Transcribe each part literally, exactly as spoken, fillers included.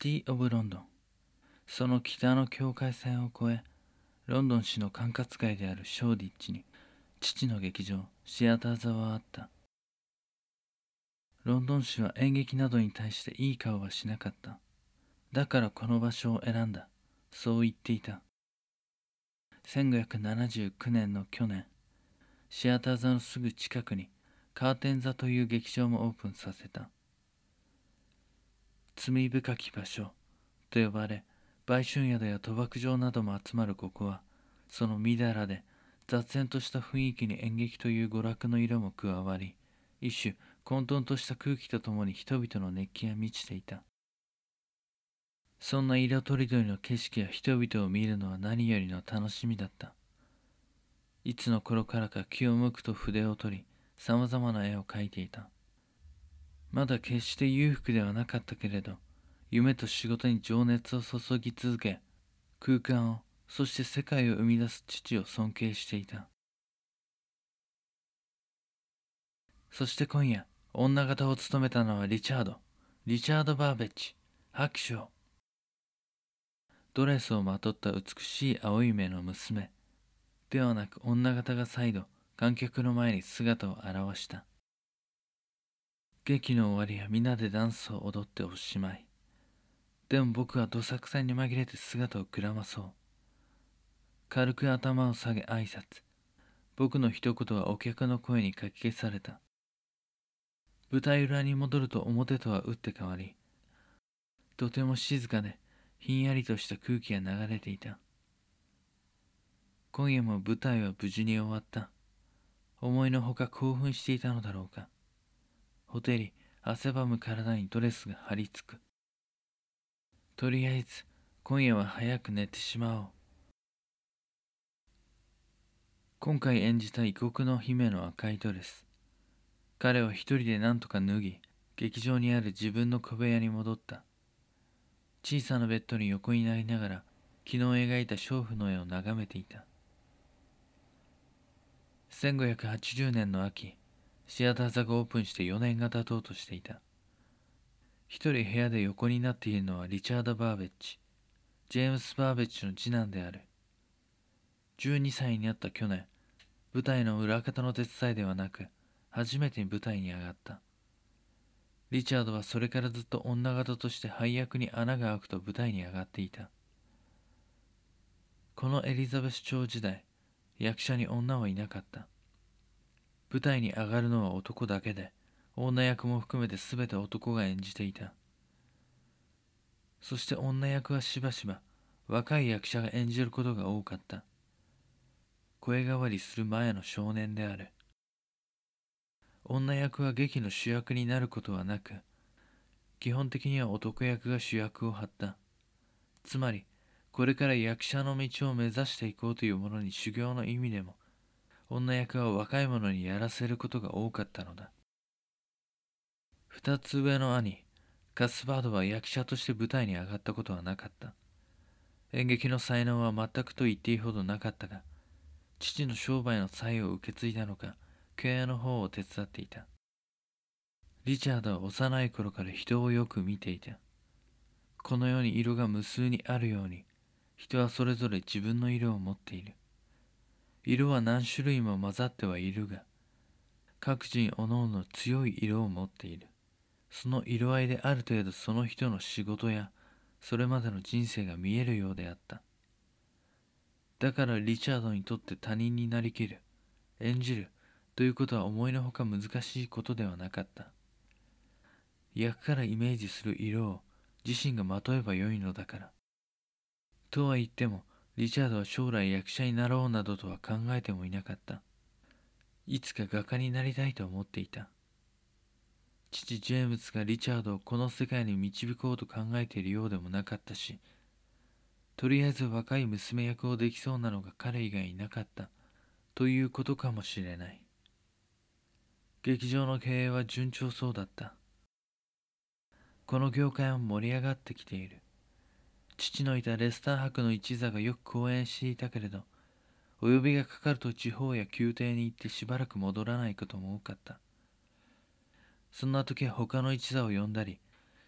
ティ・オブ・ロンドン。その北の境界線を越え、ロンドン市の管轄外であるショーディッチに、父の劇場、シアター座はあった。ロンドン市は演劇などに対していい顔はしなかった。だからこの場所を選んだ。そう言っていた。せんごひゃくななじゅうきゅうねんの去年、シアター座のすぐ近くにカーテン座という劇場もオープンさせた。罪深き場所と呼ばれ、売春宿や賭博場なども集まるここは、そのみだらで雑然とした雰囲気に演劇という娯楽の色も加わり、一種混沌とした空気とともに人々の熱気が満ちていた。そんな色とりどりの景色や人々を見るのは何よりの楽しみだった。いつの頃からか気を向くと筆を取り、さまざまな絵を描いていた。まだ決して裕福ではなかったけれど、夢と仕事に情熱を注ぎ続け、空間を、そして世界を生み出す父を尊敬していた。そして今夜、女方を務めたのはリチャード、リチャード・バーベッジ、拍手を。ドレスをまとった美しい青い目の娘、ではなく女方が再度、観客の前に姿を現した。劇の終わりは皆でダンスを踊っておしまい。でも僕はどさくさに紛れて姿をくらまそう。軽く頭を下げ挨拶。僕の一言はお客の声にかき消された。舞台裏に戻ると表とは打って変わり、とても静かでひんやりとした空気が流れていた。今夜も舞台は無事に終わった。思いのほか興奮していたのだろうか。ほてり、汗ばむ体にドレスが張り付く。とりあえず、今夜は早く寝てしまおう。今回演じた異国の姫の赤いドレス。彼は一人で何とか脱ぎ、劇場にある自分の小部屋に戻った。小さなベッドに横になりながら、昨日描いた娼婦の絵を眺めていた。せんごひゃくはちじゅうねんの秋、シアター座がオープンしてよねんが経とうとしていた。一人部屋で横になっているのはリチャード・バーベッジ、ジェームス・バーベッジの次男である。じゅうにさいになった去年、舞台の裏方の手伝いではなく、初めて舞台に上がった。リチャードはそれからずっと女方として配役に穴が開くと舞台に上がっていた。このエリザベス朝時代、役者に女はいなかった。舞台に上がるのは男だけで、女役も含めて全て男が演じていた。そして女役はしばしば若い役者が演じることが多かった。声変わりする前の少年である。女役は劇の主役になることはなく、基本的には男役が主役を張った。つまり、これから役者の道を目指していこうというものに修行の意味でも、女役は若い者にやらせることが多かったのだ。二つ上の兄、カスパードは役者として舞台に上がったことはなかった。演劇の才能は全くと言っていいほどなかったが、父の商売の才を受け継いだのか、経営の方を手伝っていた。リチャードは幼い頃から人をよく見ていた。この世に色が無数にあるように、人はそれぞれ自分の色を持っている。色は何種類も混ざってはいるが、各人各々強い色を持っている。その色合いである程度その人の仕事やそれまでの人生が見えるようであった。だからリチャードにとって他人になりきる、演じるということは思いのほか難しいことではなかった。役からイメージする色を自身がまとえばよいのだから。とは言っても、リチャードは将来役者になろうなどとは考えてもいなかった。いつか画家になりたいと思っていた。父ジェームスがリチャードをこの世界に導こうと考えているようでもなかったし、とりあえず若い娘役をできそうなのが彼以外いなかったということかもしれない。劇場の経営は順調そうだった。この業界は盛り上がってきている。父のいたレスター伯の一座がよく講演していたけれど、お呼びがかかると地方や宮廷に行ってしばらく戻らないことも多かった。そんな時は他の一座を呼んだり、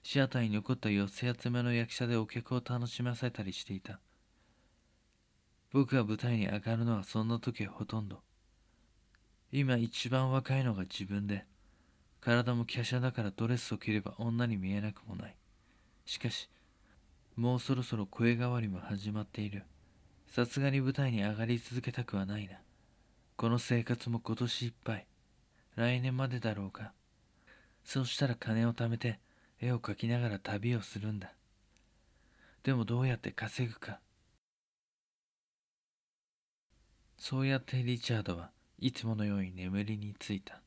シアターに残った寄せ集めの役者でお客を楽しませたりしていた。僕が舞台に上がるのはそんな時ほとんど。今一番若いのが自分で、体も華奢だからドレスを着れば女に見えなくもない。しかし、もうそろそろ声変わりも始まっている。さすがに舞台に上がり続けたくはないな。この生活も今年いっぱい。来年までだろうか。そうしたら金を貯めて絵を描きながら旅をするんだ。でもどうやって稼ぐか。そうやってリチャードはいつものように眠りについた。